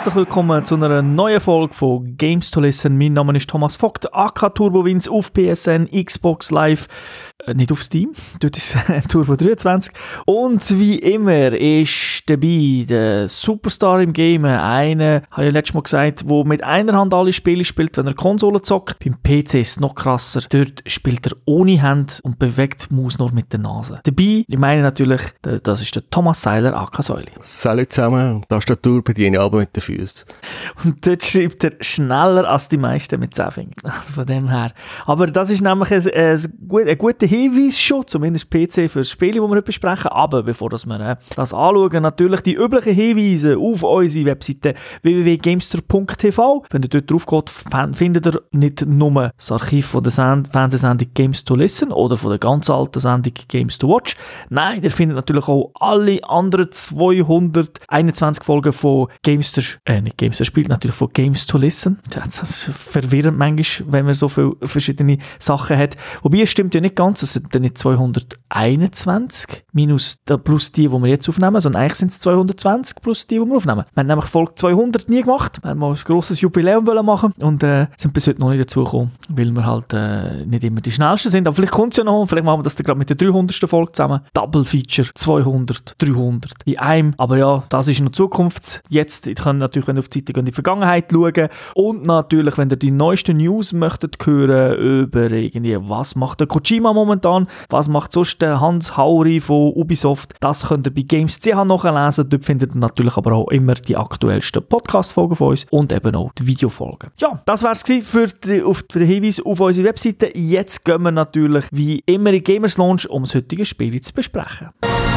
herzlich willkommen zu einer neuen Folge von Games to Listen. Mein Name ist Thomas Vogt, AK Turbowins auf PSN, Xbox Live, nicht auf Steam, dort ist Turbo 23. Und wie immer ist dabei der Superstar im Game, einer, habe ich letztes Mal gesagt, der mit einer Hand alle Spiele spielt, wenn er Konsole zockt. Beim PC ist es noch krasser, dort spielt er ohne Hand und bewegt die Maus nur mit der Nase. Dabei, ich meine natürlich, das ist der Thomas Seiler, AK Säuli. Salut zusammen, Tastatur bediene ich aber mit den Füßen. Und dort schreibt er schneller als die meisten mit 10 Fingern. Also von dem her. Aber das ist nämlich ein guter Hinweis schon, zumindest PC für das Spiel, das wir heute besprechen. Aber bevor wir das anschauen, natürlich die üblichen Hinweise auf unsere Webseite www.gamester.tv. Wenn ihr dort drauf geht, findet ihr nicht nur das Archiv von der Fernsehsendung Games to Listen oder von der ganz alten Sendung Games to Watch. Nein, ihr findet natürlich auch alle anderen 221 Folgen von Gamester, nicht Gamester, spielt natürlich von Games to Listen. Das ist verwirrend manchmal, wenn man so viele verschiedene Sachen hat. Wobei, es stimmt ja nicht ganz, es sind dann nicht 221 minus plus die wir jetzt aufnehmen, sondern eigentlich sind es 220 plus die wir aufnehmen. Wir haben nämlich Folge 200 nie gemacht, wir haben mal ein grosses Jubiläum machen und sind bis heute noch nicht dazu gekommen, weil wir halt nicht immer die Schnellsten sind, aber vielleicht kommt es ja noch, vielleicht machen wir das dann gerade mit der 300. Folge zusammen. Double Feature, 200, 300 in einem, aber ja, das ist noch Zukunft. Jetzt könnt ihr natürlich, wenn ihr auf die Seite geht, in die Vergangenheit schauen und natürlich, wenn ihr die neuesten News möchtet hören über irgendwie, was macht der Kojima momentan, was macht sonst der Hans Hauri von Ubisoft, das könnt ihr bei Games.ch nachlesen. Dort findet ihr natürlich aber auch immer die aktuellsten Podcast-Folgen von uns und eben auch die Videofolgen. Ja, das wäre es für den Hinweis auf unsere Webseite. Jetzt gehen wir natürlich wie immer in Gamers Lounge, um das heutige Spiel zu besprechen.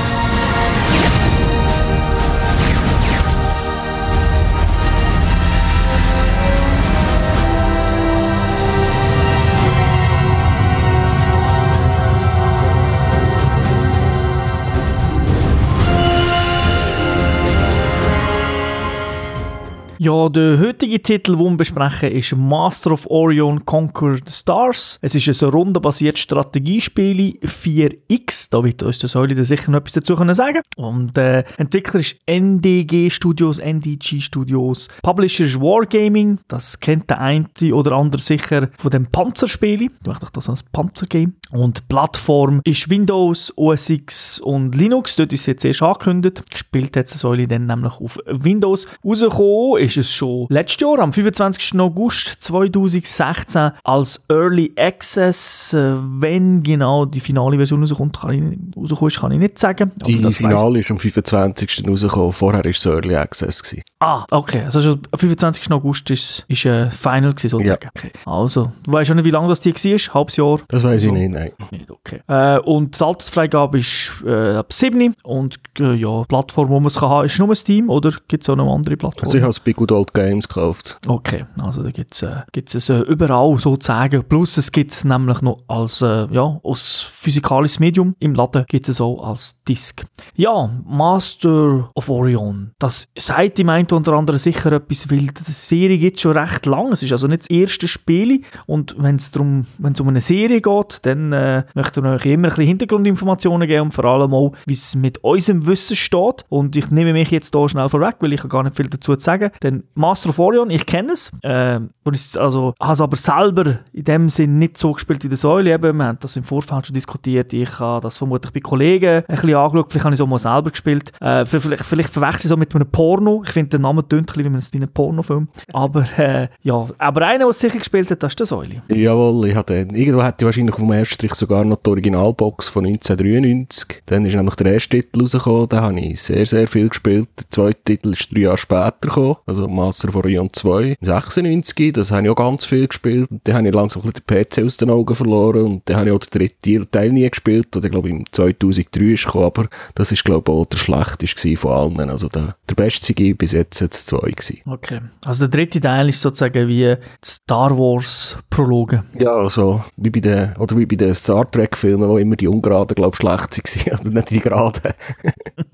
Ja, der heutige Titel, den wir besprechen, ist Master of Orion Conquer the Stars. Es ist ein rundenbasiertes Strategiespiel 4X. Da wird uns der Säule sicher noch etwas dazu sagen. Und Entwickler ist NDG Studios. Publisher ist Wargaming. Das kennt der eine oder andere sicher von dem Panzerspiel. Ich mache das als Panzergame. Und Plattform ist Windows, OS X und Linux. Dort ist es jetzt erst angekündigt. Gespielt hat es Säule dann nämlich auf Windows. Rausgekommen ist es schon letztes Jahr, am 25. August 2016, als Early Access. Wenn genau die finale Version rauskommt, kann ich nicht sagen. Die Finale ist am 25. rausgekommen, vorher war es Early Access gewesen. Ah, okay, also schon am 25. August ist Final gewesen, sozusagen. Ja. Okay. Also, du weißt schon nicht, wie lange das die war? Halbes Jahr? Das weiss ich nicht, nein. Nicht, okay. Und die Altersfreigabe ist ab 7 und ja, die Plattform, wo man es haben kann, ist nur Steam oder gibt es auch noch andere Plattformen? Also ich habe es bei Good Old Games gekauft. Okay, also da gibt es überall sozusagen. Plus es gibt es nämlich noch als physikalisches Medium. Im Laden gibt es auch als Disc. Ja, Master of Orion. Das sagt im einen oder anderen sicher etwas, weil die Serie gibt es schon recht lang. Es ist also nicht das erste Spiel. Und wenn es um eine Serie geht, dann möchten wir euch immer ein bisschen Hintergrundinformationen geben und vor allem auch, wie es mit unserem Wissen steht. Und ich nehme mich jetzt hier schnell vorweg, weil ich gar nicht viel dazu zu sagen. Denn Master of Orion, ich kenne es. Und ich habe es aber selber in dem Sinn nicht so gespielt wie der Säule. Eben, wir haben das im Vorfeld schon diskutiert. Ich habe das vermutlich bei Kollegen ein bisschen angeschaut. Vielleicht habe ich es auch mal selber gespielt. Vielleicht verwechsel ich es auch mit einem Porno. Ich finde, der Name tönt ein bisschen wie ein Pornofilm. Aber aber einer, der es sicher gespielt hat, das ist der Säule. Jawohl, irgendwo hätte ich wahrscheinlich auf dem ersten Strich sogar noch die Originalbox von 1993. Dann ist nämlich der erste Titel rausgekommen. Da habe ich sehr, sehr viel gespielt. Der zweite Titel ist 3 Jahre später gekommen. Also Master of Orion 2, 96, das habe ich auch ganz viel gespielt. Und dann habe ich langsam den PC aus den Augen verloren und dann habe ich auch den dritten Teil nie gespielt, der glaube ich im 2003 ist gekommen, aber das ist glaube ich auch der schlechteste von allen. Also der beste war bis jetzt das 2 gewesen. Okay, also der dritte Teil ist sozusagen wie Star Wars Prologe. Ja, also wie bei den Star Trek Filmen, wo immer die Ungeraden glaube ich schlecht waren, oder nicht die Geraden.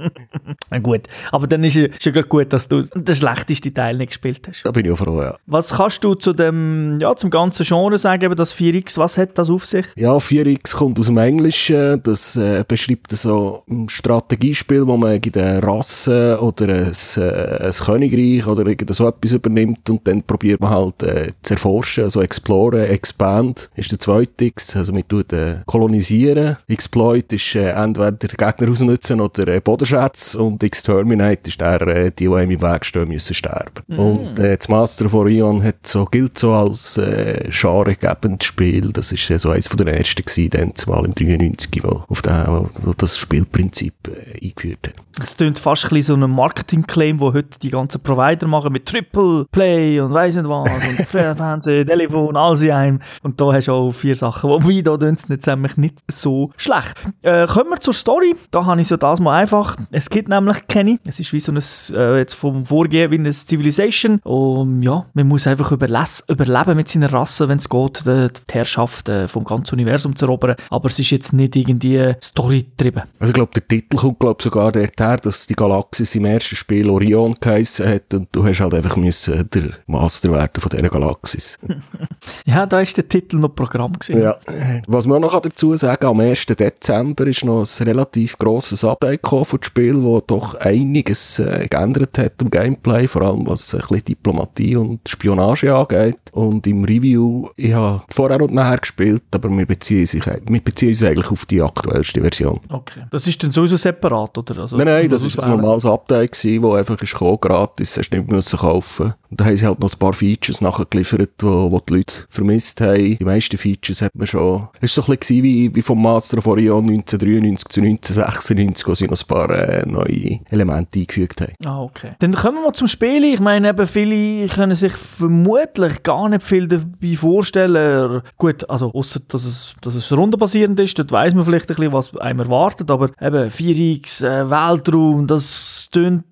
Na gut, aber dann ist ja gerade gut, dass du den schlechtesten Teil nicht gespielt hast. Da bin ich auch froh, ja. Was kannst du zu dem, zum ganzen Genre sagen, eben das 4X, was hat das auf sich? Ja, 4X kommt aus dem Englischen, das beschreibt so ein Strategiespiel, wo man gegen eine Rasse oder ein Königreich oder irgend so etwas übernimmt und dann probiert man halt zu erforschen, also exploren, expand ist der zweite X, also man tut kolonisieren, exploit ist entweder den Gegner ausnutzen oder Bodenschätze und exterminate ist der, die einem im Weg stehen, müssen sterben. Und das Master of Orion gilt so als genregebendes Spiel, das ist so eines von den ersten gewesen, dann zumal im 93, wo das Spielprinzip eingeführt hat. Es klingt fast ein bisschen so ein Marketing-Claim, wo heute die ganzen Provider machen mit Triple Play und weiss nicht was und Fernsehen, Telefon, alles in einem. Und da hast du auch 4 Sachen. Wobei, da tun es nämlich nicht so schlecht. Kommen wir zur Story. Da habe ich so das mal einfach. Es gibt nämlich keine. Es ist wie so ein, jetzt vom Vorgehen, wie eine Civilization. Und ja, man muss einfach überleben mit seiner Rasse, wenn es geht, die Herrschaft vom ganzen Universum zu erobern. Aber es ist jetzt nicht irgendwie Story-getrieben. Also ich glaube, der Titel kommt sogar dorthin, dass die Galaxis im ersten Spiel Orion geheissen hat und du hast halt einfach müssen der Master werden von dieser Galaxis. Ja, da war der Titel noch Programm gewesen. Ja. Was man auch noch dazu sagen kann, am 1. Dezember ist noch ein relativ grosses Update gekommen von dem Spiel, das doch einiges geändert hat im Gameplay, vor allem was ein bisschen Diplomatie und Spionage angeht. Und im Review, ich habe vorher und nachher gespielt, aber wir beziehen uns eigentlich auf die aktuellste Version. Okay. Das ist dann sowieso separat, oder? Also, nein, das war ein normales Update gewesen, das einfach ist gekommen, gratis, hast nicht müssen kaufen. Und da haben sie halt noch ein paar Features nachgeliefert, die die Leute vermisst haben. Die meisten Features hat man schon. Es war so ein bisschen wie vom Master of Orion 1993 zu 1996, wo sie noch ein paar neue Elemente eingefügt haben. Ah, okay. Dann kommen wir mal zum Spiel. Ich meine, eben viele können sich vermutlich gar nicht viel dabei vorstellen. Gut, also ausser dass es rundenbasierend ist, dort weiss man vielleicht ein bisschen, was einem erwartet, aber eben 4X, Weltraum, das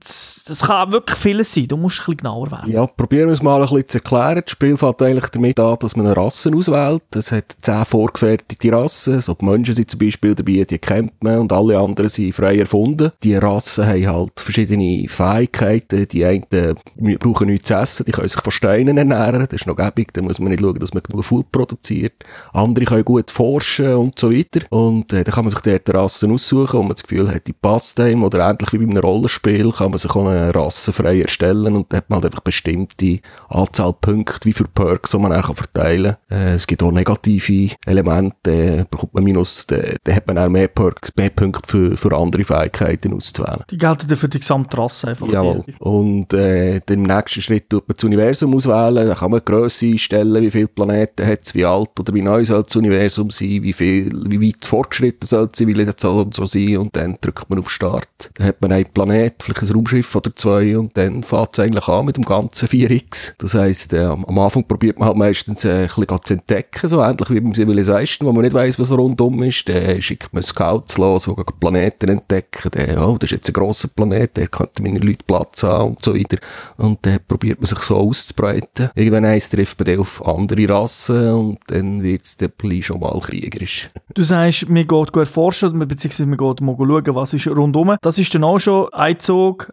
kann wirklich vieles sein. Du musst ein bisschen genauer werden. Ja, probieren wir es mal ein bisschen zu erklären. Das Spiel fängt eigentlich damit an, dass man eine Rasse auswählt. Es hat 10 vorgefertigte Rassen. So die Menschen sind zum Beispiel dabei, die kennt man und alle anderen sind frei erfunden. Die Rassen haben halt verschiedene Fähigkeiten. Die einen brauchen nichts zu essen, die können sich von Steinen ernähren. Das ist noch gäbig, da muss man nicht schauen, dass man genug Food produziert. Andere können gut forschen und so weiter. Und dann kann man sich dort Rassen aussuchen, wo man das Gefühl hat, die passt einem. Oder ähnlich wie bei einem Rollenspiel kann man sich auch eine Rasse frei erstellen und dann hat man halt einfach bestimmte Anzahl Punkte, wie für Perks, die man auch verteilen kann. Es gibt auch negative Elemente, bekommt man Minus, dann hat man auch mehr Punkte für andere Fähigkeiten auszuwählen. Die gelten dann für die gesamte Rasse einfach. Jawohl. Und dann im nächsten Schritt tut man das Universum auswählen, dann kann man die Grösse einstellen, wie viele Planeten hat es, wie alt oder wie neu soll das Universum sein, wie weit fortgeschritten soll es sein, wie das soll so sein, und dann drückt man auf Start. Dann hat man einen Planet, vielleicht ein Raumschiff oder 2 und dann fängt es eigentlich an mit dem ganzen 4X. Das heisst, am Anfang probiert man halt meistens ein bisschen zu entdecken, so ähnlich wie beim Civilization, wo man nicht weiss, was rundum ist. Dann schickt man Scouts los, die Planeten entdecken. Dann, das ist jetzt ein grosser Planet, der könnte meine Leute Platz haben und so weiter. Und dann probiert man sich so auszubreiten. Irgendwann trifft man dann auf andere Rassen und dann wird es dann schon mal kriegerisch. Du sagst, man geht gut forschen, beziehungsweise man geht mal schauen, was ist rundum. Das ist dann auch schon ein Zug,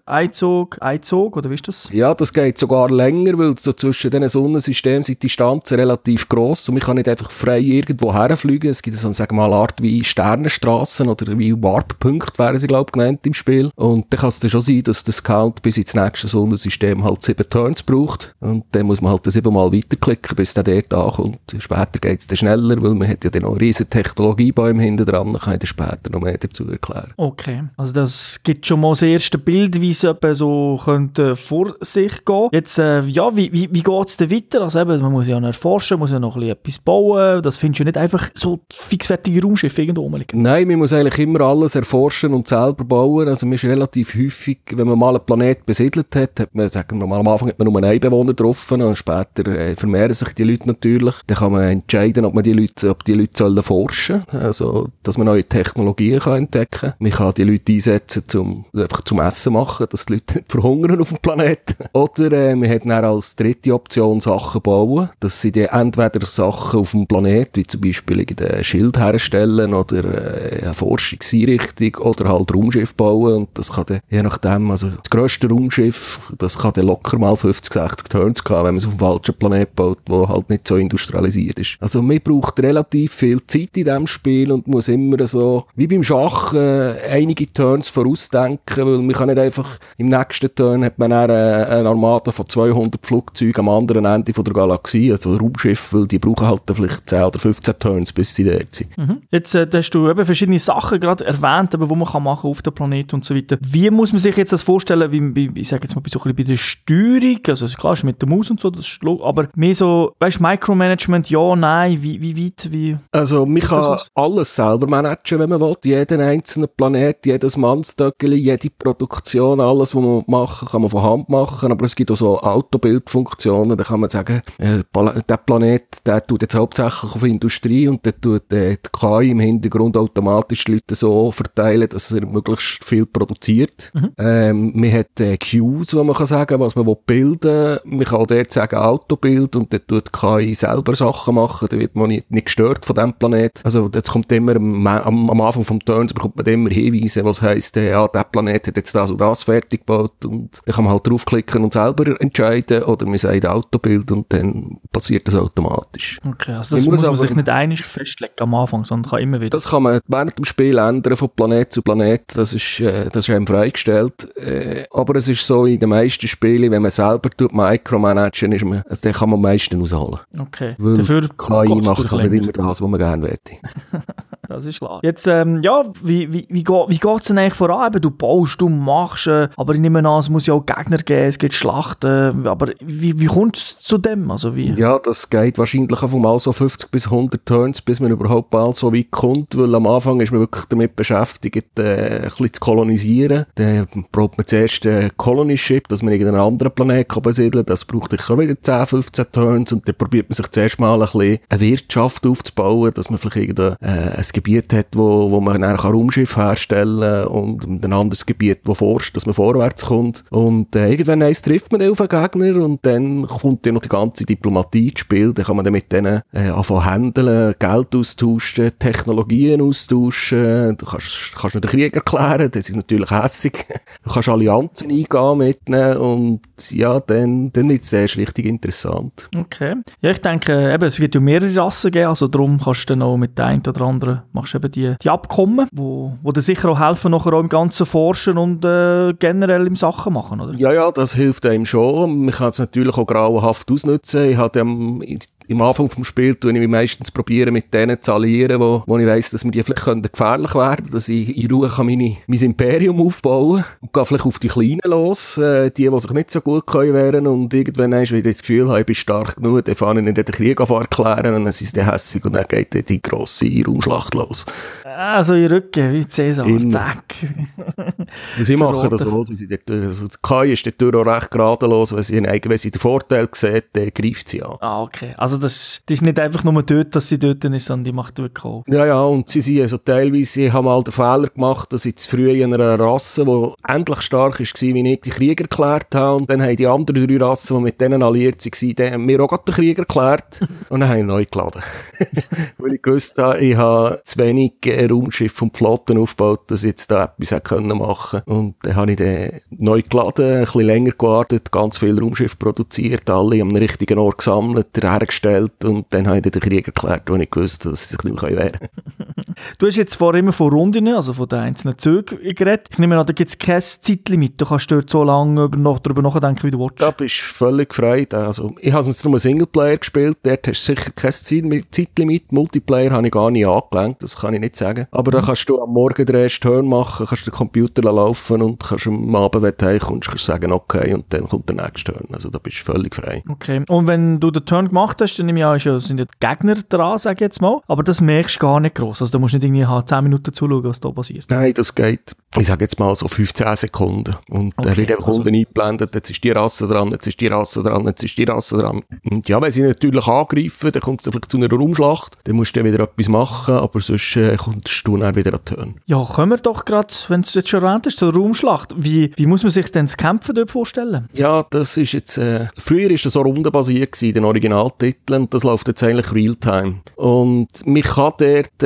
oder wie ist das? Ja, das geht sogar länger, weil so zwischen diesen Sonnensystemen sind die Distanzen relativ gross und man kann nicht einfach frei irgendwo herfliegen. Es gibt so, sagen wir mal, eine Art wie Sternenstrassen oder wie Warp-Punkte, wären sie, glaube ich, genannt im Spiel. Und dann kann es dann schon sein, dass der Scout bis ins nächste Sonnensystem halt 7 Turns braucht. Und dann muss man halt 7 Mal weiterklicken, bis der dort ankommt. Später geht es dann schneller, weil man hat ja dann noch riesen Technologiebäume hinten dran, kann ich dann später noch mehr dazu erklären. Okay, also das gibt schon mal das erste Bild, wie es so könnte vor sich gehen. Jetzt, wie geht es denn weiter? Also eben, man muss ja noch erforschen, muss ja noch ein bisschen etwas bauen. Das findest du nicht einfach so fixfertige Raumschiffe irgendwo rumliegen. Nein, man muss eigentlich immer alles erforschen und selber bauen. Also man ist relativ häufig, wenn man mal einen Planet besiedelt hat man, sagen wir mal, am Anfang hat man nur einen Bewohner getroffen und später vermehren sich die Leute natürlich. Dann kann man entscheiden, ob die Leute sollen forschen, also dass man neue Technologien kann entdecken kann. Man kann die Leute einsetzen, einfach zum Essen machen, dass die Leute nicht verhungern auf dem Planeten. Oder man hat dann als dritte Option Sachen bauen. Das sind entweder Sachen auf dem Planet, wie zum Beispiel ein Schild herstellen oder eine Forschungseinrichtung oder halt Raumschiff bauen. oben und das kann dann, je nachdem, also das grösste Raumschiff, das kann dann locker mal 50, 60 Turns haben, wenn man es auf dem falschen Planet baut, der halt nicht so industrialisiert ist. Also man braucht relativ viel Zeit in diesem Spiel und muss immer so, wie beim Schach, einige Turns vorausdenken, weil man kann nicht einfach, im nächsten Turn hat man dann eine Armada von 200 Flugzeugen am anderen Ende von der Galaxie, also Raumschiff, weil die brauchen halt vielleicht 10 oder 15 Turns, bis sie dort sind. Jetzt hast du eben verschiedene Sachen gerade erwähnt, aber wo man kann machen auf dem Planeten und so weiter. Wie muss man sich jetzt das vorstellen, wie ich sage jetzt mal so ein bisschen bei der Steuerung, also klar, ist mit der Maus und so, das ist, aber mehr so, weißt du, Micromanagement, ja, nein, wie weit, wie... Also man kann alles selber managen, wenn man will, jeden einzelnen Planet, jedes Mannstöckeli, jede Produktion, alles, was man machen kann man von Hand machen, aber es gibt auch so Autobildfunktionen, da kann man sagen, der Planet, der tut jetzt hauptsächlich auf Industrie und der tut die KI im Hintergrund automatisch die Leute so verteilen, dass er möglichst viel produziert. Man hat Cues, wo man kann sagen, was man bilden will. Man kann auch dort sagen Autobild und dort tut die KI selber Sachen machen, da wird man nicht gestört von diesem Planet. Also das kommt immer am Anfang vom Turns bekommt man immer Hinweise, was heisst, ja, der Planet hat jetzt das und das fertig gebaut und dann kann man halt draufklicken und selber entscheiden oder man sagt Autobild und dann passiert das automatisch. Okay, also das muss man sich nicht einig festlegen am Anfang, sondern kann immer wieder. Das kann man während dem Spiel ändern von Planet zu Planet, das ist einem freigestellt. Aber es ist so in den meisten Spielen, wenn man selber micromanagen, dann kann man am meisten ausholen. Okay. Weil dafür KI macht halt nicht immer das, was man gerne möchte. Das ist klar. Jetzt, wie geht es denn eigentlich voran? Du baust, du machst, aber ich nehme an, es muss ja auch Gegner geben, es gibt Schlachten, aber wie kommt es zu dem? Also wie? Ja, das geht wahrscheinlich einfach mal so 50 bis 100 Turns, bis man überhaupt mal so weit kommt, weil am Anfang ist man wirklich damit beschäftigt, ein bisschen zu kolonisieren. Dann braucht man zuerst ein Colony-Ship, dass man irgendeinen anderen Planeten besiedeln kann. Das braucht sicher wieder 10, 15 Turns und dann probiert man sich zuerst mal ein bisschen eine Wirtschaft aufzubauen, dass man vielleicht ein Gebiet hat, wo man dann Raumschiff herstellen kann und ein anderes Gebiet, wo forscht, dass man vorwärts kommt. Und irgendwann trifft man dann auf einen Gegner und dann kommt dann noch die ganze Diplomatie ins Spiel. Dann kann man dann mit denen anfangen handeln, Geld austauschen, Technologien austauschen. Du kannst nicht den Krieg erklären, das ist natürlich hässig. Du kannst Allianzen eingehen mit ihnen und ja, dann wird es erst richtig interessant. Okay. Ja, ich denke, eben, es wird ja mehrere Rassen geben, also darum kannst du dann auch mit der einen oder anderen machst eben die Abkommen, wo dir sicher auch helfen, nachher auch im ganzen Forschen und generell im Sachen machen, oder? Ja, das hilft einem schon. Man kann es natürlich auch grauenhaft ausnutzen. Ich hatte im Anfang des Spiels probiere ich meistens mit denen zu alliieren, wo ich weiss, dass mir die vielleicht gefährlich werden können, dass ich in Ruhe mein Imperium aufbauen kann und gehe vielleicht auf die Kleinen los, die sich nicht so gut wehren können und irgendwann hast du wieder das Gefühl, ich bin stark genug, dann fange ich nicht den Krieg erklären und dann sind sie hässig und dann geht die grosse Raumschlacht los. Also in Rücken, wie Cäsar, zack. Sie machen das so, wie sie dort, also die KI ist dort auch recht geradelos, wenn sie den Vorteil sieht, dann greift sie an. Ah, okay. Also das ist nicht einfach nur dort, dass sie dort ist, sondern die macht wirklich auch. Ja, und sie sind also teilweise, haben mal den Fehler gemacht, dass sie zu früh in einer Rasse, die ähnlich stark war, wie ich, den Krieg erklärt habe. Und dann haben die anderen 3 Rassen, die mit denen alliiert waren, die haben mir auch gerade den Krieg erklärt. Und dann habe ich neu geladen. Weil ich gewusst habe, ich habe zu wenig Raumschiffe und Flotten aufgebaut, dass ich jetzt da etwas machen konnte. Und dann habe ich den neu geladen, ein bisschen länger gewartet, ganz viele Raumschiffe produziert, alle am richtigen Ort gesammelt, hergestellt und dann habe ich den Krieg erklärt, wo ich gewusst habe, dass sie sich nicht mehr wehren können. Du hast jetzt vorher immer von Runden, also von den einzelnen Zügen geredet. Ich nehme an, da gibt es kein Zeitlimit. Du kannst dort so lange darüber nachdenken, wie du willst. Da bist du völlig frei. Also, ich habe jetzt nur einen Singleplayer gespielt. Dort hast du sicher kein Zeitlimit. Multiplayer habe ich gar nicht angelenkt, das kann ich nicht sagen. Aber da kannst du am Morgen den ersten Turn machen, kannst den Computer laufen und kannst am Abend, wenn du heimkommst, kannst sagen, okay, und dann kommt der nächste Turn. Also da bist du völlig frei. Okay. Und wenn du den Turn gemacht hast, dann nehme ich an, sind ja die Gegner dran, sage ich jetzt mal. Aber das merkst du gar nicht gross. Also da musst du nicht irgendwie 10 Minuten zuschauen, was da passiert. Nein, das geht, ich sage jetzt mal so 15 Sekunden. Und dann wird einfach unten eingeblendet, jetzt ist die Rasse dran, jetzt ist die Rasse dran, jetzt ist die Rasse dran. Und ja, wenn sie natürlich angreifen, dann kommt es vielleicht zu einer Raumschlacht. Dann musst du dann wieder etwas machen, aber sonst kommst du dann wieder an die Turn. Ja, kommen wir doch gerade, wenn du es jetzt schon erwähnt hast, zur Raumschlacht. Wie muss man sich denn das Kämpfen dort vorstellen? Ja, das ist jetzt, früher war das so rundenbasiert in den Originaltiteln, das läuft jetzt eigentlich Realtime. Und man kann dort so ein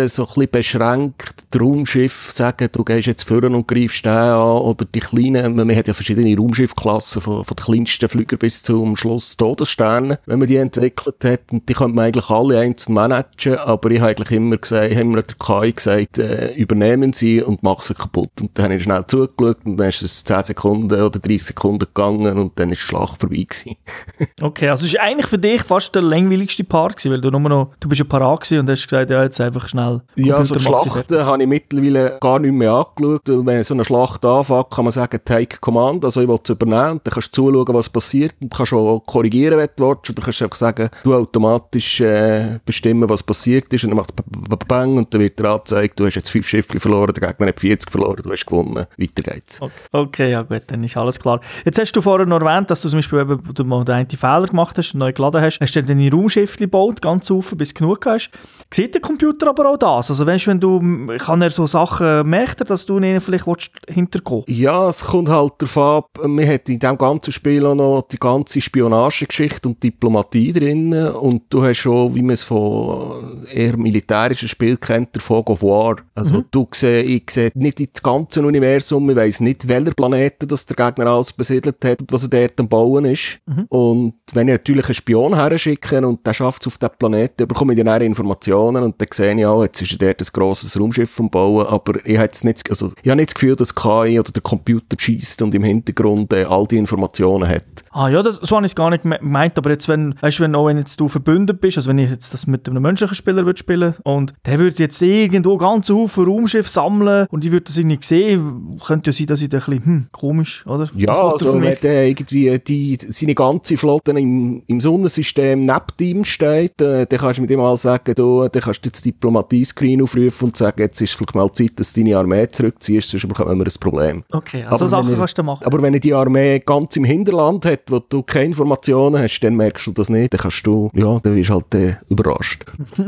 bisschen beschränkt, die Raumschiffe sagen, du gehst jetzt vorne und greifst den an, oder die kleinen, man hat ja verschiedene Raumschiffklassen, von den kleinsten Flüger bis zum Schluss Todessterne, wenn man die entwickelt hat, und die könnte man eigentlich alle einzeln managen, aber ich habe eigentlich immer gesagt, haben wir der KI gesagt, übernehmen sie und machen sie kaputt. Und dann habe ich schnell zugeschaut und dann ist es 10 Sekunden oder 30 Sekunden gegangen und dann ist die Schlacht vorbei gewesen. Okay, also es war eigentlich für dich fast der langweiligste Part gewesen, weil du bist ja parat gewesen und hast gesagt, ja, jetzt einfach schnell Ja, so Schlachten habe ich mittlerweile gar nicht mehr angeschaut, weil wenn so eine Schlacht anfängt, kann man sagen, take command, also ich will es übernehmen, und dann kannst du zuschauen, was passiert, und kannst auch korrigieren, wenn du willst, oder kannst einfach sagen, du automatisch bestimmen, was passiert ist, und dann macht es bang, und dann wird dir angezeigt, du hast jetzt 5 Schiffe verloren, der Gegner hat 40 verloren, du hast gewonnen, weiter geht's. Okay, ja gut, dann ist alles klar. Jetzt hast du vorher noch erwähnt, dass du zum Beispiel eben den einen Fehler gemacht hast, neu geladen hast. Hast du dann deine Raumschiffe gebaut, ganz auf, bis du genug hast. Sieht der Computer aber auch das? Also weißt, kann er so Sachen merken, dass du ihnen vielleicht hintergehen willst? Ja, es kommt halt darauf ab, man hat in diesem ganzen Spiel auch noch die ganze Spionagegeschichte und Diplomatie drin, und du hast schon, wie man es von eher militärischen Spielen kennt, der Fog of War. Also ich sehe nicht das ganze Universum, ich weiss nicht, welcher Planeten das der Gegner alles besiedelt hat und was er dort am Bauen ist. Und wenn ich natürlich einen Spion herschicke und der schafft es auf diesem Planeten, bekomme ich dann Informationen und dann sehe ich auch, jetzt ist er dort ein grosses Raumschiff am Bauen, aber ich habe nicht das Gefühl, dass KI oder der Computer schießt und im Hintergrund all die Informationen hat. Ah ja, so habe ich es gar nicht gemeint, aber jetzt, wenn jetzt du verbündet bist, also wenn ich jetzt das mit einem menschlichen Spieler würde spielen und der würde jetzt irgendwo ganz viele Raumschiffe sammeln und ich würde das irgendwie sehen, könnte ja sein, dass ich da ein bisschen, komisch, oder? Ja, also wenn der irgendwie seine ganze Flotte im Sonnensystem neben ihm steht, dann kannst du mit ihm mal sagen, dann kannst du jetzt Diplomatie-Screen aufrufen und sagen, jetzt ist es vielleicht mal Zeit, dass du deine Armee zurückziehst, sonst bekommen wir ein Problem. Okay, also Sachen kannst du machen. Aber wenn er die Armee ganz im Hinterland hat, wo du keine Informationen hast, dann merkst du das nicht, dann kannst du, ja, dann wirst du halt überrascht.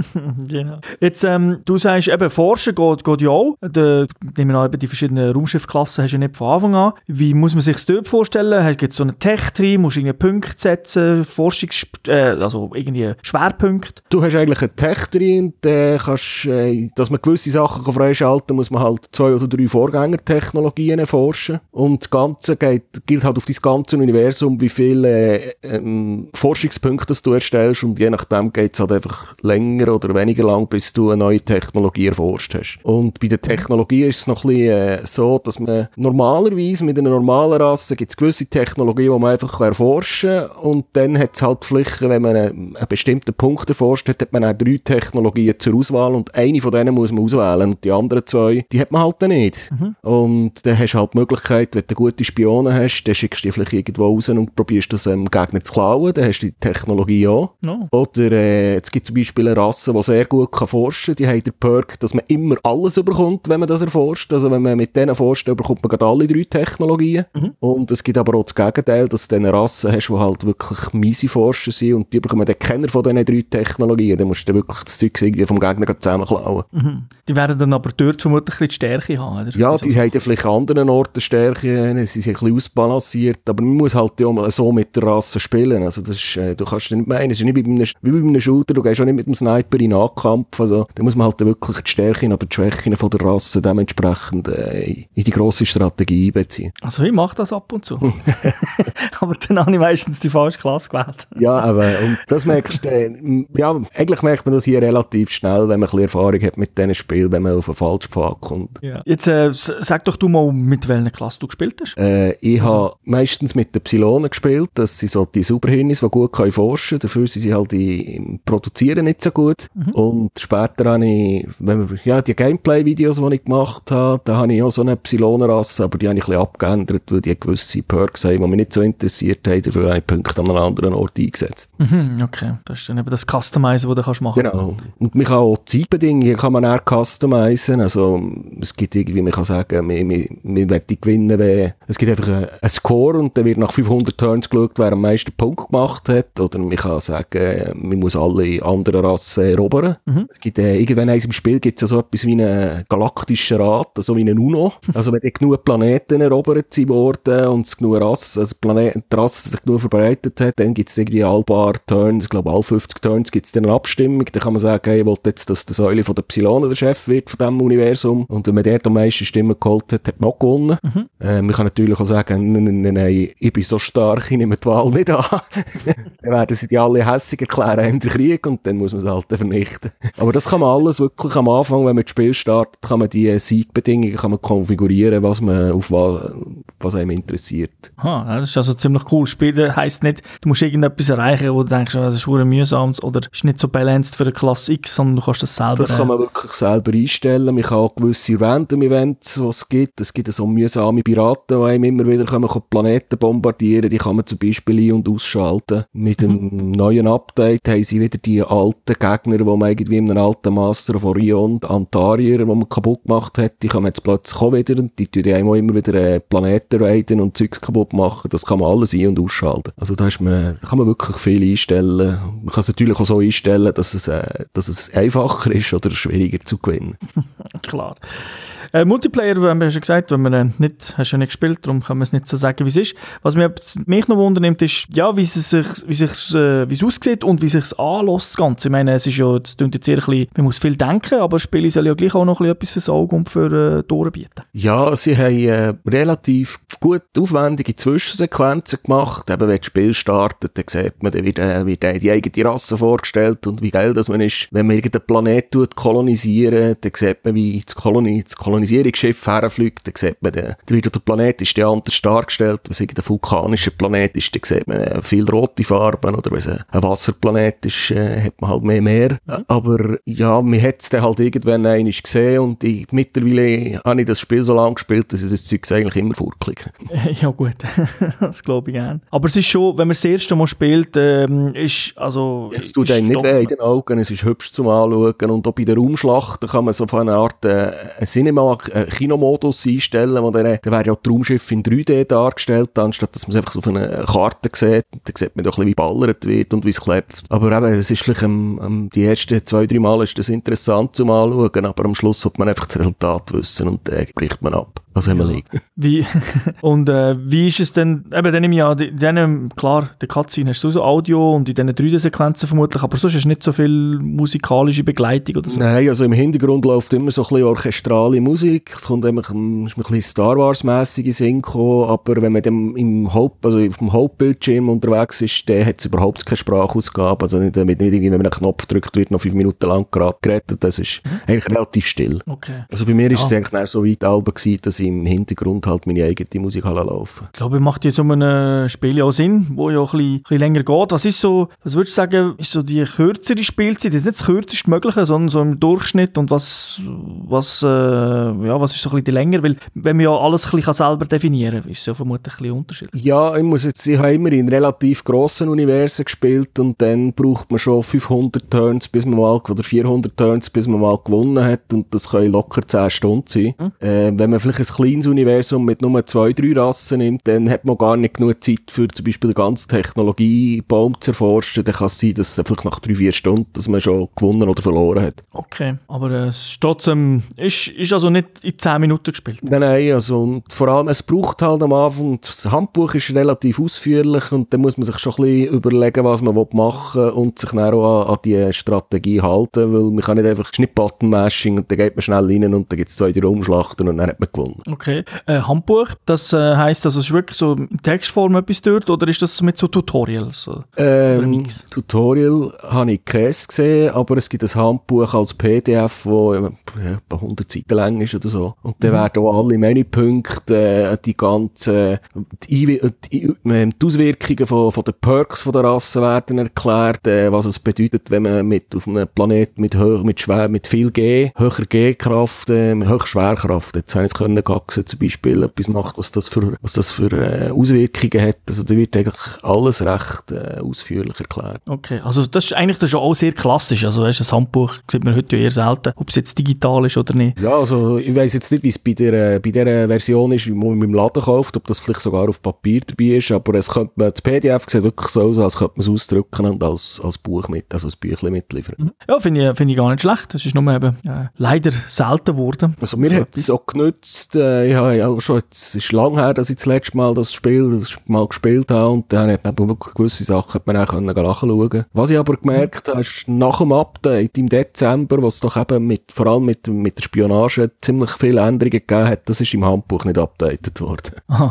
Genau. Jetzt, du sagst eben, Forschen geht ja auch. Nehmen wir an, eben die verschiedenen Raumschiffklassen hast du ja nicht von Anfang an. Wie muss man sich das dort vorstellen? Gibt es so einen Tech-Tree, musst du irgendwie Punkte setzen, also irgendwie Schwerpunkte? Du hast eigentlich einen Tech-Tree und kannst, dass man gewisse Sachen freischalten kann, muss man halt 2 oder 3 Vorgängertechnologien erforschen. Und das Ganze gilt halt auf dein ganze Universum, wie viele Forschungspunkte du erstellst, und je nachdem geht es halt einfach länger oder weniger lang, bis du eine neue Technologie erforscht hast. Und bei der Technologie ist es noch ein bisschen so, dass man normalerweise mit einer normalen Rasse gibt es gewisse Technologien, die man einfach erforschen kann, und dann hat es halt Pflichten, wenn man einen bestimmten Punkt erforscht hat, hat man auch 3 Technologien zur Auswahl, und eine von denen muss man auswählen, und die anderen 2, die hat man halt dann nicht. Und dann hast du halt die Möglichkeit, wenn du gute Spione hast, dann schickst du die vielleicht irgendwo raus und probierst das Gegner zu klauen, dann hast du die Technologie auch. No. Oder es gibt zum Beispiel eine Rasse, die sehr gut forschen kann, die haben den Perk, dass man immer alles bekommt, wenn man das erforscht. Also wenn man mit denen forscht, bekommt man gerade alle 3 Technologien. Und es gibt aber auch das Gegenteil, dass du eine Rasse hast, die halt wirklich miese Forscher sind, und die bekommen dann keiner von diesen 3 Technologien. Dann musst du wirklich das Zeug irgendwie vom Gegner zusammenklauen. Die werden dann aber dort vermutlich ein bisschen die Stärke haben, oder? Ja, die haben ja vielleicht an anderen Orten Stärke, sie sind ein bisschen ausbalanciert, aber man muss halt ja so mit der Rasse spielen. Also das ist, du kannst nicht meinen, es ist nicht wie bei einem Shooter, du gehst auch nicht mit dem Sniper in Nahkampf. Also da muss man halt wirklich die Stärken oder die Schwächen von der Rasse dementsprechend in die grosse Strategie einbeziehen. Also ich mache das ab und zu. Aber dann habe ich meistens die falsche Klasse gewählt. Ja, aber und das merkst du, ja, eigentlich merkt man das hier relativ schnell, wenn man ein bisschen Erfahrung hat mit diesen Spielen, wenn man auf einen falschen Pfad kommt. Ja. Jetzt sag doch du mal, mit welcher Klasse du gespielt hast. Ich habe meistens mit den Psilonen gespielt, das sind so die Superhirnis, die gut forschen können, dafür sind sie halt im Produzieren nicht so gut. Und später habe ich, die Gameplay-Videos, die ich gemacht habe, da habe ich auch so eine Psilonenrasse, aber die habe ich ein bisschen abgeändert, weil die gewisse Perks haben, die mich nicht so interessiert haben, dafür habe ich Punkte an einem anderen Ort eingesetzt. Okay, das ist dann eben das Customizen, das du machen kannst. Genau. Und man kann auch Zeitbedingungen kann man auch customizen, also es gibt irgendwie, man kann sagen, man möchte gewinnen, es gibt einfach einen Score und dann wird nach 500 Turns geschaut, wer am meisten Punkte gemacht hat, oder man kann sagen, man muss alle anderen Rassen erobern. Es gibt irgendwann im Spiel gibt es ja so etwas wie einen galaktischen Rat, also wie einen UNO. Also wenn genug Planeten erobert worden und es genug Rassen, also die Rasse sich genug verbreitet hat, dann gibt es irgendwie alle paar Turns, ich glaube alle 50 Turns gibt es dann eine Abstimmung, dann kann man sagen, hey, ich will jetzt, dass die Säule von der Y der Chef wird von diesem Universum. Und wenn man dort am meisten Stimmen geholt hat, hat man auch gewonnen. Man kann natürlich auch sagen, nein, ich bin so stark, ich nehme die Wahl nicht an. Dann werden sie die alle hässig erklären im Krieg und dann muss man es halt vernichten. Aber das kann man alles wirklich am Anfang, wenn man das Spiel startet, kann man die Siegbedingungen konfigurieren, was einem interessiert. Das ist also ziemlich cool. Spielen heisst nicht, du musst irgendetwas erreichen, wo du denkst, das ist verdammt mühsam oder ist nicht so balanced für eine Klasse X, sondern du kannst das selber... Das kann man wirklich selber einstellen. Man kann auch gewisse Random-Events, die es gibt. Es gibt so mühsame Piraten, die einem immer wieder Planeten bombardieren. Die kann man zum Beispiel ein- und ausschalten. Mit einem neuen Update haben sie wieder die alten Gegner, die man irgendwie in einem alten Master of Orion, Antarier, die man kaputt gemacht hat, die kann man jetzt plötzlich auch wieder und die tun einem auch immer wieder Planeten raiden und Zeugs kaputt machen. Das kann man alles ein- und ausschalten. Also da kann man wirklich viel einstellen. Man kann es natürlich auch so einstellen, dass es einfacher ist oder schwieriger zu gewinnen. Klar. Multiplayer, haben wir schon gesagt, wenn man hast du nicht gespielt, darum kann man es nicht so sagen, wie es ist. Was mich noch wundernimmt, ist, ja, wie es aussieht und wie es sich anlässt, das Ganze. Ich meine, es ist ja, das klingt jetzt eher ein bisschen, man muss viel denken, aber das Spiel soll ja gleich auch noch etwas fürs Auge und für die Ohren bieten. Ja, sie haben relativ gut aufwendige Zwischensequenzen gemacht. Eben, wenn das Spiel startet, dann sieht man, dann wird die eigene Rasse vorgestellt und wie geil das man ist. Wenn man irgendeinen Planet kolonisieren, dann sieht man, wie das Kolonisierungsschiff herfliegt, dann sieht man, der Planet ist anders dargestellt. Wenn es ein vulkanischer Planet ist, dann sieht man viel rote Farben, oder wenn es ein Wasserplanet ist, hat man halt mehr. Aber ja, man hat es dann halt irgendwann einmal gesehen und mittlerweile habe ich das Spiel so lange gespielt, dass ich das Zeug eigentlich immer vorklicke. Ja gut, das glaube ich gerne. Aber es ist schon, wenn man das erste Mal spielt, ist also... Es tut einem nicht weh in den Augen, es ist hübsch zum Anschauen und auch bei der Raumschlacht kann man so von einer Art Kinomodus einstellen, wo dann werden ja die Raumschiffe in 3D dargestellt, anstatt dass man es einfach so auf einer Karte sieht. Dann sieht man doch ein bisschen, wie ballert wird und wie es klebt. Aber eben, es ist vielleicht die ersten 2-3 Mal ist das interessant zum Anschauen, aber am Schluss hat man einfach das Resultat wissen und dann bricht man ab. Also haben wir liegen. Wie ist es denn, eben dann im Jahr, klar, der Cutscene hast du so Audio und in diesen 3D-Sequenzen vermutlich, aber sonst hast du nicht so viel musikalische Begleitung oder so? Nein, also im Hintergrund läuft immer so ein bisschen orchestrale Musik, es kommt immer ein bisschen Star Wars-mässige Synchro, aber wenn man dann auf dem Hauptbildschirm unterwegs ist, dann hat es überhaupt keine Sprachausgabe, also nicht irgendwie, wenn man einen Knopf drückt, wird noch 5 Minuten lang gerade geredet, das ist eigentlich relativ still. Okay. Also bei mir ist es eigentlich so weit Alben gewesen, dass ich im Hintergrund halt meine eigene Musik laufen. Ich glaube, macht jetzt so ein Spiel auch Sinn, wo ja auch ein bisschen länger geht. Was würdest du sagen, ist so die kürzere Spielzeit? Jetzt nicht das kürzeste Mögliche, sondern so im Durchschnitt und was ist so ein bisschen die länger? Weil wenn man ja alles ein bisschen selber definieren kann, ist es ja vermutlich ein bisschen unterschiedlich. Ja, ich habe immer in relativ grossen Universen gespielt und dann braucht man schon 500 Turns oder 400 Turns, bis man mal gewonnen hat und das können locker 10 Stunden sein. Wenn man vielleicht ein kleines Universum mit nur 2-3 Rassen nimmt, dann hat man gar nicht genug Zeit für zum Beispiel den ganzen Technologiebaum zu erforschen. Dann kann es sein, dass vielleicht nach 3-4 Stunden, dass man schon gewonnen oder verloren hat. Okay, aber es ist trotzdem, ist also nicht in 10 Minuten gespielt? Nein, also und vor allem, es braucht halt am Anfang, das Handbuch ist relativ ausführlich und dann muss man sich schon ein bisschen überlegen, was man machen will und sich dann auch an die Strategie halten, weil man kann nicht einfach Schnitt-Button-Mashing und dann geht man schnell rein und dann gibt es 2 Raumschlachten und dann hat man gewonnen. Okay. Handbuch, das heisst, also es ist wirklich so in Textform etwas dort oder ist das mit so Tutorials? Tutorial habe ich keins gesehen, aber es gibt ein Handbuch als PDF, das etwa 100 Seiten lang ist oder so. Und dann werden auch alle Menüpunkte, die ganzen die Auswirkungen von den Perks von der Rasse werden erklärt, was es bedeutet, wenn man auf einem Planet mit viel G, höherer G-Kraft, höherer Schwerkraft, jetzt haben sie können Gaxen zum Beispiel etwas macht, was das für Auswirkungen hat. Also da wird eigentlich alles recht ausführlich erklärt. Okay, also das ist eigentlich schon auch sehr klassisch. Also weißt, das Handbuch sieht man heute ja eher selten, ob es jetzt digital ist oder nicht. Ja, also ich weiss jetzt nicht, wie es bei der Version ist, wie man im Laden kauft, ob das vielleicht sogar auf Papier dabei ist, aber das PDF sieht wirklich so aus, als könnte man es ausdrücken und als Buch als Büchlein mitliefern. Ja, finde ich gar nicht schlecht. Das ist nur eben leider selten geworden. Also mir hat es auch genützt, ich habe ja auch schon, es ist lang her, dass ich das letzte Mal das Spiel mal gespielt habe und dann hat man wirklich gewisse Sachen hat man auch nachschauen. Was ich aber gemerkt habe, ist nach dem Update im Dezember, was doch eben vor allem mit der Spionage ziemlich viele Änderungen gegeben hat, das ist im Handbuch nicht updated worden. Aha.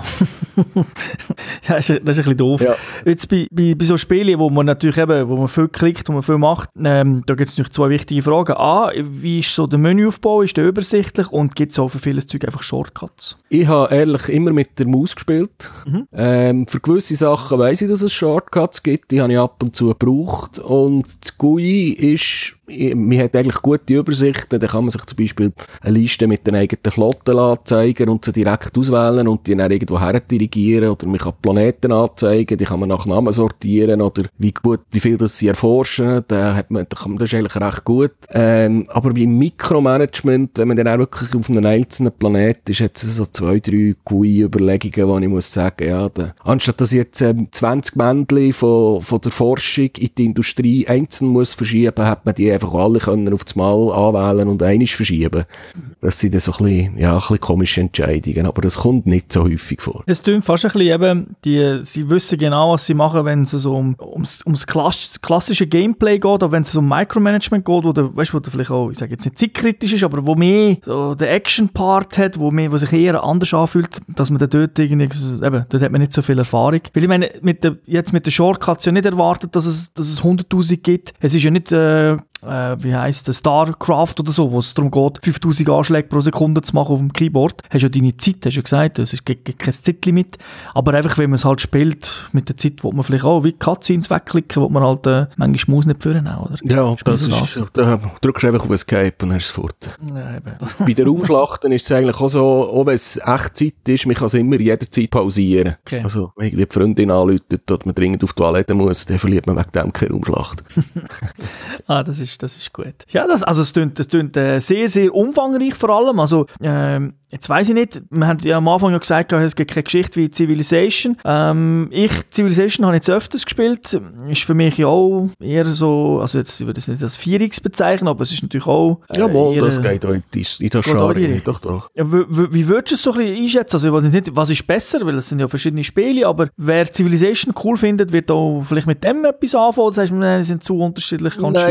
Ja, das ist ein bisschen doof. Ja. Jetzt bei so Spielen, wo man natürlich eben, wo man viel klickt, wo man viel macht, da gibt es natürlich zwei wichtige Fragen. A, wie ist so der Menüaufbau, ist der übersichtlich und gibt es auch für vieles Zeug einfach Shortcuts? Ich habe ehrlich immer mit der Maus gespielt. Für gewisse Sachen weiss ich, dass es Shortcuts gibt, die habe ich ab und zu gebraucht und das GUI ist, man hat eigentlich gute Übersichten, da kann man sich zum Beispiel eine Liste mit den eigenen Flotten anzeigen und sie direkt auswählen und die dann irgendwo her dirigieren oder man kann Planeten anzeigen, die kann man nach Namen sortieren oder wie viel das sie erforschen, das ist eigentlich recht gut. Aber wie Mikromanagement, wenn man dann auch wirklich auf einem einzelnen Planet ist, hat es so 2-3 GUI-Überlegungen, wo ich muss sagen, ja, anstatt dass ich jetzt 20 Männchen von der Forschung in die Industrie einzeln muss verschieben, hat man die einfach alle können auf das Mal anwählen und einmal verschieben. Das sind dann so ein bisschen komische Entscheidungen, aber das kommt nicht so häufig vor. Es klingt fast ein bisschen eben, sie wissen genau, was sie machen, wenn es so ums klassische Gameplay geht, oder wenn es um Micromanagement geht, wo du vielleicht auch, ich sage jetzt nicht zeitkritisch ist, aber wo mehr so den Action-Part hat, wo sich eher anders anfühlt, dass man dann dort irgendwie, dort hat man nicht so viel Erfahrung. Weil ich meine, mit den Shortcuts ja nicht erwartet, dass es 100'000 gibt. Es ist ja nicht wie heisst das, StarCraft oder so, wo es darum geht, 5000 Anschläge pro Sekunde zu machen auf dem Keyboard. Hast ja deine Zeit, hast du ja gesagt, es ist kein Zeitlimit. Aber einfach, wenn man es halt spielt, mit der Zeit, wo man vielleicht auch wie Cutscenes wegklicken, wo man halt manchmal Maus nicht führen auch, oder? Ja, das ist, da drückst du einfach auf Escape und hast es fort. Ja, bei den Raumschlachten ist es eigentlich auch so, auch wenn es Echtzeit ist, man kann es immer jederzeit pausieren. Okay. Also, wenn die Freundin anruft oder man dringend auf die Toilette muss, dann verliert man wegen dem keine Raumschlacht. Das ist gut. Ja, es klingt sehr, sehr umfangreich vor allem. Also, jetzt weiss ich nicht, wir haben ja am Anfang ja gesagt, es gibt keine Geschichte wie Civilization. Civilization habe ich jetzt öfters gespielt. Ist für mich ja auch eher so, also jetzt würde ich es nicht als 4X bezeichnen, aber es ist natürlich auch... das geht auch in das Genre. Doch. Ja, wie würdest du es so ein bisschen einschätzen? Also, ich weiß nicht, was ist besser, weil es sind ja verschiedene Spiele, aber wer Civilization cool findet, wird auch vielleicht mit dem etwas anfangen. Das heißt, die sind zu unterschiedlich.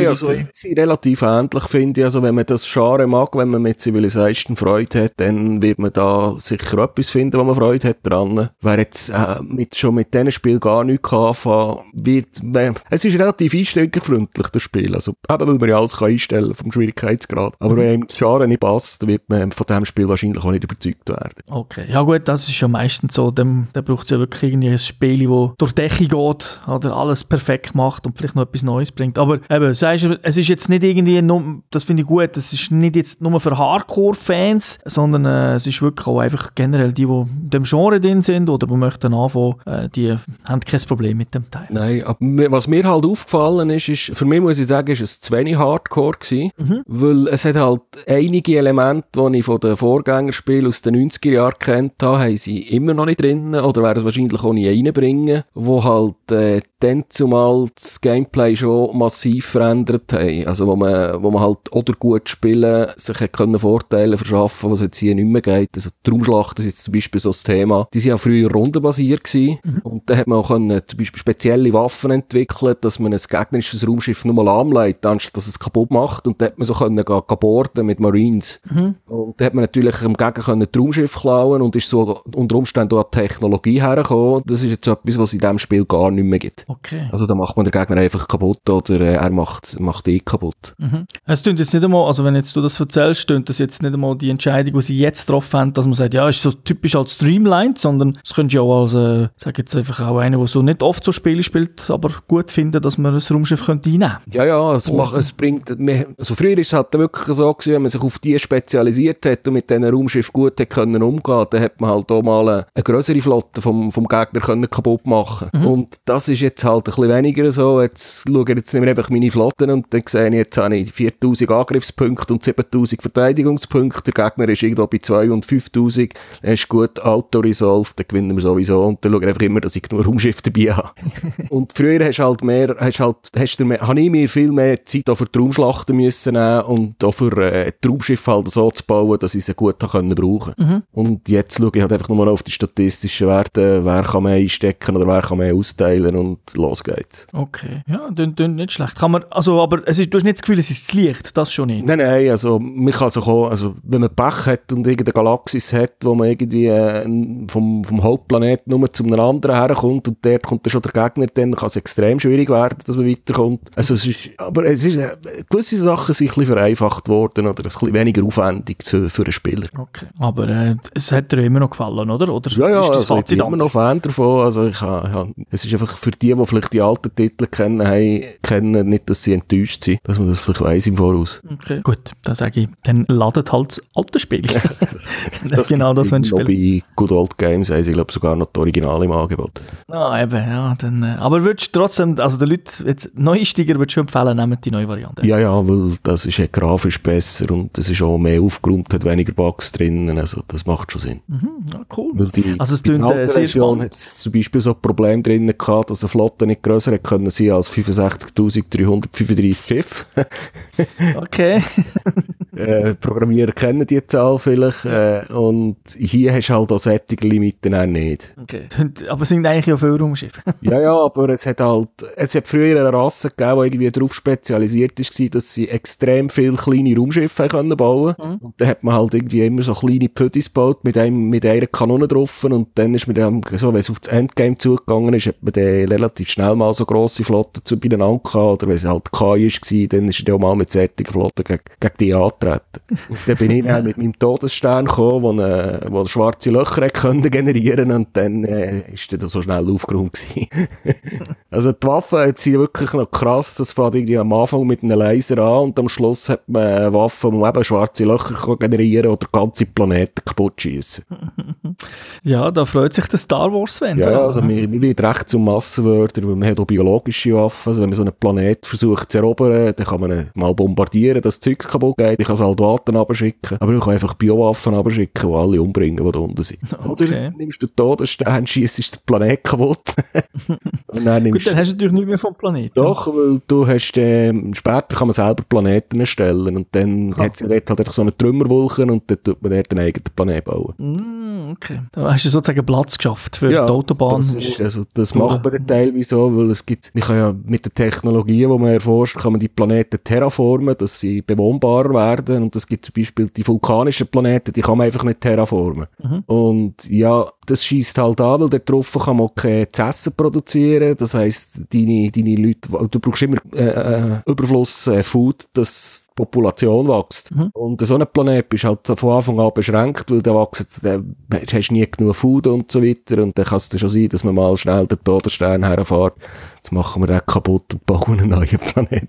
Sie sind relativ ähnlich, finde ich. Also, wenn man das Genre mag, wenn man mit Civilization Freude hat, dann wird man da sicher etwas finden, wo man Freude hat dran. Wer jetzt schon mit diesem Spiel gar nichts anfangen kann, es ist relativ einsteigerfreundlich, das Spiel. Also, eben, weil man ja alles einstellen kann vom Schwierigkeitsgrad. Aber wenn einem das Genre nicht passt, wird man von diesem Spiel wahrscheinlich auch nicht überzeugt werden. Okay, ja gut, das ist ja meistens so. Dann braucht es ja wirklich irgendwie ein Spiel, das durch die Decke geht oder alles perfekt macht und vielleicht noch etwas Neues bringt. Aber eben, es ist jetzt nicht irgendwie, das finde ich gut, es ist nicht jetzt nur für Hardcore-Fans, sondern es ist wirklich auch einfach generell die in dem Genre drin sind oder die möchten anfangen, die haben kein Problem mit dem Teil. Nein, aber was mir halt aufgefallen ist, für mich muss ich sagen, ist es zu wenig Hardcore gewesen, weil es hat halt einige Elemente, die ich von den Vorgängerspielen aus den 90er Jahren kennt habe, haben sie immer noch nicht drin oder werden es wahrscheinlich auch nie reinbringen, wo halt dann zumal das Gameplay schon massiv verändert haben. Also wo man halt oder gut spielen sich können Vorteile verschaffen, was jetzt hier nicht mehr geht. Also die Raumschlachten ist jetzt zum Beispiel so das Thema. Die sind ja früher rundenbasiert gewesen. Und da hat man auch können, zum Beispiel spezielle Waffen entwickelt, dass man ein gegnerisches Raumschiff nur mal lahmlegt, anstatt dass es kaputt macht. Und da hat man so können boarden mit Marines. Und da hat man natürlich am Gegner können das Raumschiff klauen und ist so unter Umständen auch an die Technologie hergekommen. Das ist jetzt etwas, was es in diesem Spiel gar nicht mehr gibt. Okay. Also da macht man den Gegner einfach kaputt oder er macht kaputt. Es klingt jetzt nicht einmal, also wenn jetzt du das erzählst, klingt das jetzt nicht einmal die Entscheidung, die sie jetzt getroffen haben, dass man sagt, ja, ist so typisch als Streamlined, sondern es könnte ja auch als, sag jetzt einfach auch einer, der so nicht oft so Spiele spielt, aber gut finden, dass man das Raumschiff könnte einnehmen. Ja, es bringt, also früher ist es halt wirklich so gewesen, wenn man sich auf die spezialisiert hat und mit diesen Raumschiff gut hat können umgehen, dann hat man halt auch mal eine grössere Flotte vom Gegner können kaputt machen. Und das ist jetzt halt ein bisschen weniger so. Jetzt schaue ich jetzt nicht mehr einfach meine Flotten und dann sehe ich, jetzt habe ich 4000 Angriffspunkte und 7000 Verteidigungspunkte. Der Gegner ist irgendwo bei 2 und 5000, hast gut Auto-Resolve, dann gewinnen wir sowieso und dann schaue ich einfach immer, dass ich genug Raumschiff dabei habe. Und früher habe ich mir viel mehr Zeit auch für die Raumschlachten müssen nehmen und auch für die Raumschiffe halt so zu bauen, dass ich sie gut brauchen konnte. Und jetzt schaue ich halt einfach nur noch auf die statistischen Werte, wer kann mehr einstecken oder wer kann mehr austeilen und los geht's. Okay, ja, dann nicht schlecht. Kann man, also, aber du hast nicht das Gefühl, es ist das Licht, das schon nicht? Nein, also man kann sich auch, also wenn man Pech hat und irgendeine Galaxis hat, wo man irgendwie vom Hauptplaneten nur zu einem anderen herkommt und dort kommt dann schon der Gegner, dann kann es extrem schwierig werden, dass man weiterkommt. Also gewisse Sachen sind ein bisschen vereinfacht worden oder ein bisschen weniger aufwendig für einen Spieler. Okay, aber es hat dir immer noch gefallen, oder? Ja, also ich bin immer noch Fan davon. Also es ist einfach für die vielleicht die alten Titel kennen nicht, dass sie enttäuscht sind, dass man das vielleicht weiss im Voraus. Okay, gut, dann sage ich, dann ladet halt das alte Spiel. Das ist genau das, wenn du spielst. Bei Good Old Games haben sie, glaube ich, sogar noch die Originale im Angebot. Ah, eben, ja. Dann, aber würdest du trotzdem, also den Leuten, jetzt Neusteiger würdest du empfehlen, nehmen die neue Variante? Ja, weil das ist grafisch besser und es ist auch mehr aufgeräumt, hat weniger Bugs drin, also das macht schon Sinn. Ja, cool. Weil also es in der alten Version hat es zum Beispiel so ein Problem drin gehabt, dass eine Flotte nicht grösser hätte können sein als 65.335 Schiffe. Okay. Programmierer kennen die Zahl vielleicht und hier hast du halt auch solche Limiten auch nicht. Okay. Aber es sind eigentlich ja viele Raumschiffe. ja, aber es hat früher eine Rasse gegeben, die irgendwie darauf spezialisiert war, dass sie extrem viele kleine Raumschiffe bauen konnten. Und dann hat man halt irgendwie immer so kleine Pfüttis gebaut mit einer Kanone drauf und dann ist man dann, so, wenn es auf das Endgame zugegangen ist, hat man dann relativ schnell mal so grosse Flotten beieinander gehabt, oder wenn es halt KI war, dann ist er auch mal mit solchen Flotten gegen die angetreten. Und dann bin ich dann mit meinem Todesstern gekommen, wo schwarze Löcher generieren konnte, und dann ist der so schnell aufgeräumt gewesen. Also die Waffen sind wirklich noch krass, das fängt irgendwie am Anfang mit einem Laser an und am Schluss hat man Waffen, die eben schwarze Löcher generieren oder ganze Planeten kaputt schießen. Ja, da freut sich der Star Wars-Fan. Ja, also man wird recht zum Massenwörter, weil man hat auch biologische Waffen. Also wenn man so einen Planet versucht zu erobern, dann kann man ihn mal bombardieren, dass das Zeug kaputt geht. Ich kann Soldaten abschicken, aber ich kann einfach Biowaffen abschicken, die alle umbringen, die da unten sind. Okay. Oder nimmst du den Todesstern, schiessest den Planet kaputt. Und dann gut, dann hast du natürlich nicht mehr vom Planeten. Doch, weil du hast, später kann man selber Planeten erstellen und dann hat es dort halt einfach so eine Trümmerwolke und dann tut man dort einen eigenen Planet bauen. Okay. Da hast du sozusagen Platz geschafft für die Autobahn. Das macht man dann teilweise so, weil man kann ja mit den Technologien, die man erforscht, kann man die Planeten terraformen, dass sie bewohnbarer werden und es gibt zum Beispiel die vulkanischen Planeten, die kann man einfach nicht terraformen. Und ja, das schießt halt an, weil dort drauf kann man kein Essen produzieren, das heisst, deine Leute, du brauchst immer Überfluss Food, dass die Population wächst. Und so ein Planet ist halt von Anfang an beschränkt, weil da hast nie genug Food und so weiter und dann kann es schon sein, dass man mal schnell den Todesstern herfährt. Jetzt machen wir den kaputt und bauen einen neuen Planeten.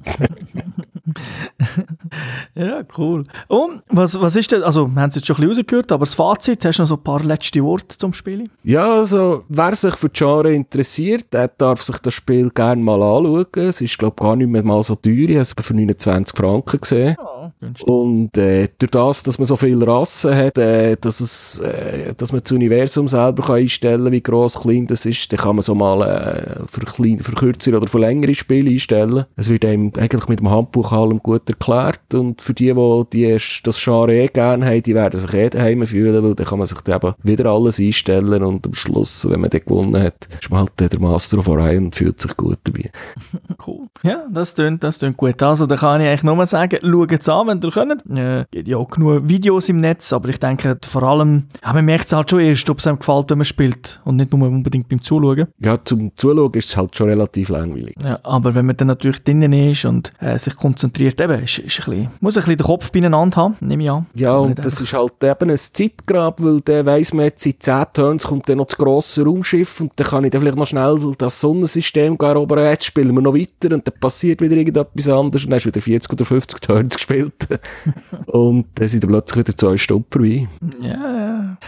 Ja, cool. Und was ist denn, also wir haben es jetzt schon ein bisschen rausgehört, aber das Fazit, hast du noch so ein paar letzte Worte zum Spielen? Ja, also wer sich für die Genre interessiert, der darf sich das Spiel gerne mal anschauen. Es ist, glaube ich, gar nicht mehr mal so teuer. Ich habe es für 29 Franken gesehen. Ja, und durch das, dass man so viele Rassen hat, dass man das Universum selber einstellen kann, wie gross, klein das ist, dann kann man so mal für kürzere oder für längere Spiele einstellen. Es wird einem eigentlich mit dem Handbuch allem gut erklärt und für die das Genre gerne haben, die werden sich daheim fühlen, weil dann kann man sich dann eben wieder alles einstellen und am Schluss, wenn man dann gewonnen hat, ist man halt der Master of Orion und fühlt sich gut dabei. Cool. Ja, das tönt gut. Also da kann ich eigentlich nur mal sagen, schaut es an, wenn ihr könnt. Gibt ja auch genug Videos im Netz, aber ich denke vor allem, man merkt es halt schon erst, ob es einem gefällt, wenn man spielt und nicht nur unbedingt beim Zuschauen. Ja, zum Zuschauen ist es halt schon relativ langweilig. Ja, aber wenn man dann natürlich drinnen ist und sich konzentriert, eben, muss ein bisschen den Kopf beieinander haben, nehme ich an. Ja, und das ist halt eben ein Zeitgrab, weil dann weiss man jetzt, in 10 Turns kommt dann noch das grosse Raumschiff und dann kann ich dann vielleicht noch schnell das Sonnensystem erobern, jetzt spielen wir noch weiter und dann passiert wieder irgendetwas anderes und dann hast du wieder 40 oder 50 Turns gespielt und dann sind dann plötzlich wieder 2 Stunden vorbei. Ja.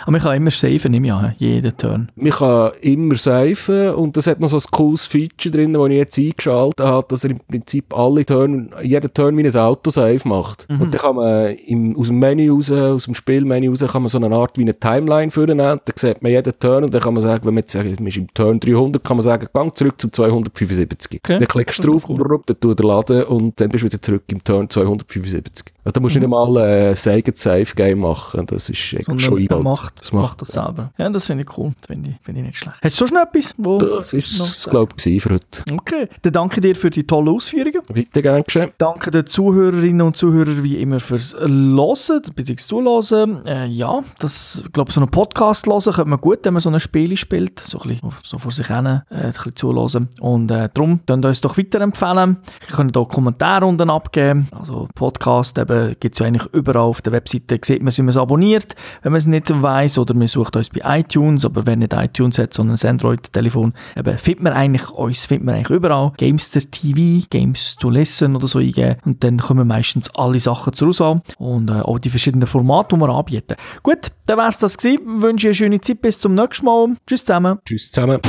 Aber man kann immer saven, nehme ich an, jeden Turn. Man kann immer saven und das hat noch so ein cooles Feature drin, das ich jetzt eingeschaltet habe, dass er im Prinzip jeden Turn wie ein Autosave macht. Und dann kann man aus dem Menü raus, aus dem Spielmenü raus, kann man so eine Art wie eine Timeline führen. Dann sieht man jeden Turn und dann kann man sagen, wenn man jetzt sagt, man ist im Turn 300, kann man sagen, gang zurück zum 275. Okay. Dann klickst du drauf, cool. Dann tut er laden und dann bist du wieder zurück im Turn 275. Also da musst du nicht einmal ein Save-Game machen. Das ist schon eingebaut. Macht das selber. Ja, das finde ich cool. Das finde ich nicht schlecht. Hast du sonst noch etwas? Das ist es, glaube ich, für heute. Okay. Dann danke dir für die tollen Ausführungen. Weiter gern geschehen. Danke den Zuhörerinnen und Zuhörern wie immer fürs Hören, bzw. Zuhören. Ja, das, ich glaube, so einen Podcast hören könnte man gut, wenn man so ein Spiel spielt. So ein bisschen so vor sich hin, ein bisschen zuhören. Und darum, könnt ihr uns doch weiterempfehlen. Ihr könnt auch Kommentare unten abgeben. Also Podcast gibt es ja eigentlich überall auf der Webseite. Sieht man, wie man es abonniert, wenn man es nicht weiss. Oder man sucht uns bei iTunes. Aber wenn nicht iTunes hat, sondern ein Android-Telefon, findet man eigentlich überall. Gamester TV, Games to Listen oder so eingeben. Und dann kommen meistens alle Sachen zur Auswahl. Und auch die verschiedenen Formate, die wir anbieten. Gut, dann wäre es das gewesen. Ich wünsche eine schöne Zeit. Bis zum nächsten Mal. Tschüss zusammen. Tschüss zusammen.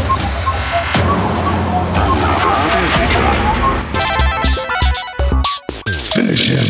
Finish him.